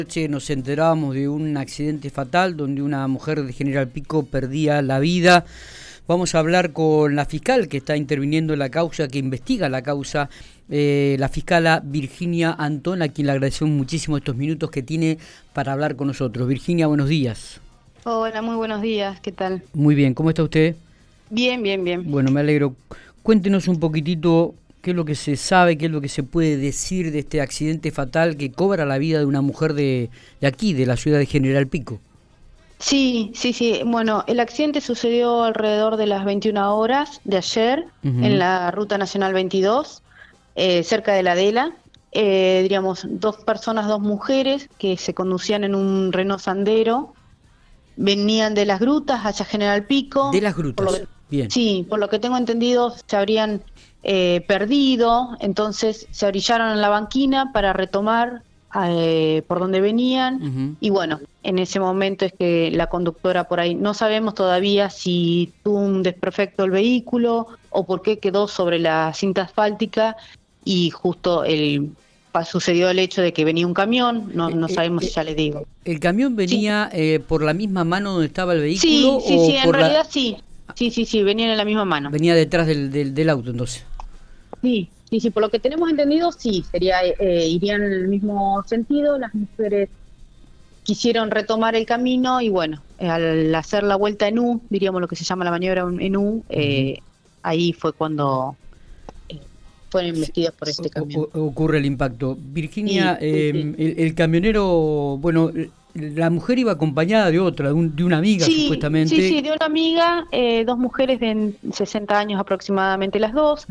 Anoche nos enterábamos de un accidente fatal donde una mujer de General Pico perdía la vida. Vamos a hablar con la fiscal que está interviniendo en la causa, que investiga la causa, la fiscala Virginia Antón, a quien le agradecemos muchísimo estos minutos que tiene para hablar con nosotros. Virginia, buenos días. Hola, muy buenos días, ¿qué tal? Muy bien, ¿cómo está usted? Bien, bien, bien. Bueno, me alegro. Cuéntenos un poquitito qué es lo que se sabe, qué es lo que se puede decir de este accidente fatal que cobra la vida de una mujer de aquí, de la ciudad de General Pico. Sí. Bueno, el accidente sucedió alrededor de las 21 horas de ayer en la Ruta Nacional 22, cerca de la Adela. Diríamos, dos personas, dos mujeres que se conducían en un Renault Sandero, venían de las grutas hacia General Pico. De las grutas, bien. Sí, por lo que tengo entendido, se habrían perdido, entonces se orillaron en la banquina para retomar por donde venían, y bueno, en ese momento es que la conductora por ahí, no sabemos todavía si tuvo un desperfecto el vehículo o por qué quedó sobre la cinta asfáltica y justo sucedió el hecho de que venía un camión, no sabemos, ya les digo. ¿El camión venía por la misma mano donde estaba el vehículo? Sí, en realidad sí. Sí, venían en la misma mano. Venía detrás del auto, entonces. Sí, por lo que tenemos entendido, sí, irían en el mismo sentido. Las mujeres quisieron retomar el camino y bueno, al hacer la vuelta en U, diríamos lo que se llama la maniobra en U, ahí fue cuando fueron investidas por este camión. Ocurre el impacto. Virginia, Sí. El camionero, bueno, la mujer iba acompañada de otra, de una amiga supuestamente. Sí, de una amiga, dos mujeres de 60 años aproximadamente las dos.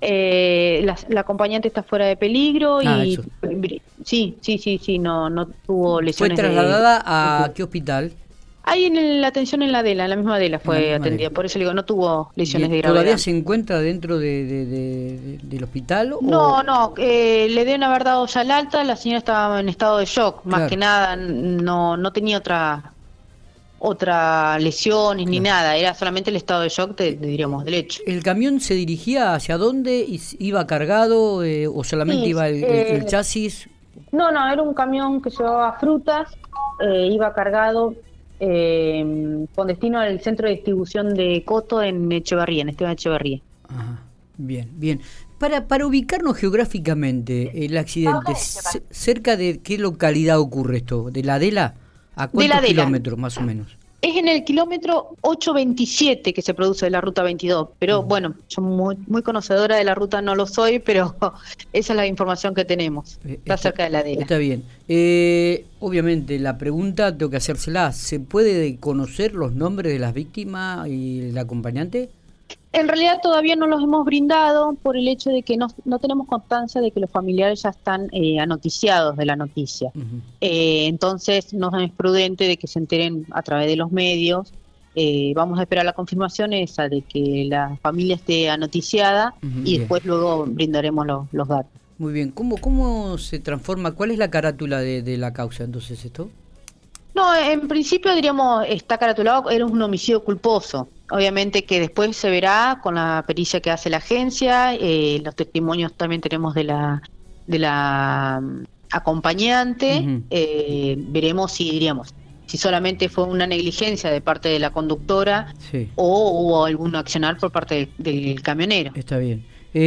La acompañante está fuera de peligro y eso. Sí, no tuvo lesiones. ¿Fue trasladada a qué hospital? Ahí en la atención en la Adela, en la misma Adela fue atendida, por eso le digo, no tuvo lesiones de gravedad. ¿Todavía se encuentra dentro del hospital? No, le deben haber dado ya el alta, la señora estaba en estado de shock, más que nada, no tenía otra lesión ni nada, era solamente el estado de shock, diríamos, del hecho. ¿El camión se dirigía hacia dónde? ¿Iba cargado o solamente iba el chasis? No, era un camión que llevaba frutas, iba cargado con destino al centro de distribución de Coto en Echeverría, en Esteban Echeverría. Ajá, bien. Para ubicarnos geográficamente, el accidente, ¿cerca de qué localidad ocurre esto? ¿De la Adela? ¿A cuántos kilómetros más o menos? Es en el kilómetro 827 que se produce de la ruta 22, pero bueno, yo muy conocedora de la ruta no lo soy, pero esa es la información que tenemos, está cerca de la Adela. Está bien. Obviamente la pregunta tengo que hacérsela, ¿se puede conocer los nombres de las víctimas y el acompañante? En realidad todavía no los hemos brindado por el hecho de que no tenemos constancia de que los familiares ya están anoticiados de la noticia. Entonces no es prudente de que se enteren a través de los medios. Vamos a esperar la confirmación esa de que la familia esté anoticiada y después luego brindaremos los datos. Muy bien. ¿Cómo se transforma? ¿Cuál es la carátula de la causa entonces esto? No, en principio diríamos está caratulado, era un homicidio culposo. Obviamente que después se verá con la pericia que hace la agencia, los testimonios también tenemos de la acompañante, veremos si solamente fue una negligencia de parte de la conductora o hubo algún accionar por parte del camionero. Está bien.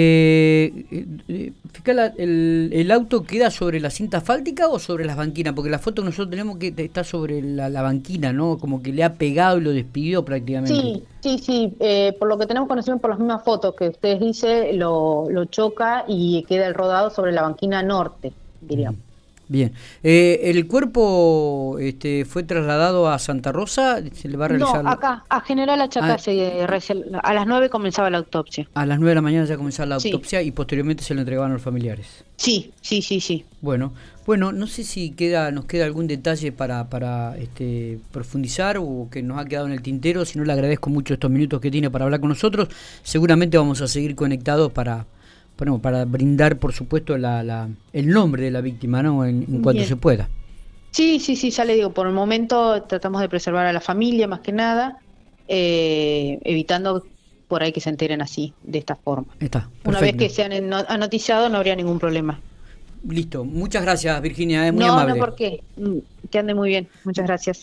Fiscal, ¿el auto queda sobre la cinta asfáltica o sobre las banquinas? Porque la foto que nosotros tenemos que está sobre la banquina, ¿no? Como que le ha pegado y lo despidió prácticamente. Sí, por lo que tenemos conocimiento por las mismas fotos que ustedes dicen, lo choca y queda el rodado sobre la banquina norte, diríamos. Bien. ¿El cuerpo fue trasladado a Santa Rosa? ¿Se le va a realizar? No, acá, a General Achacá, a las 9 comenzaba la autopsia. A las 9 de la mañana ya comenzaba la autopsia y posteriormente se lo entregaban a los familiares. Sí. Bueno, no sé si nos queda algún detalle para profundizar o que nos ha quedado en el tintero. Si no, le agradezco mucho estos minutos que tiene para hablar con nosotros. Seguramente vamos a seguir conectados para brindar, por supuesto, el nombre de la víctima, ¿no? En cuanto se pueda. Sí, ya le digo, por el momento tratamos de preservar a la familia más que nada, evitando por ahí que se enteren así, de esta forma. Está, perfecto. Una vez que sean anoticiados no habría ningún problema. Listo. Muchas gracias, Virginia, muy No, amable. no, ¿por qué? Que ande muy bien. Muchas gracias.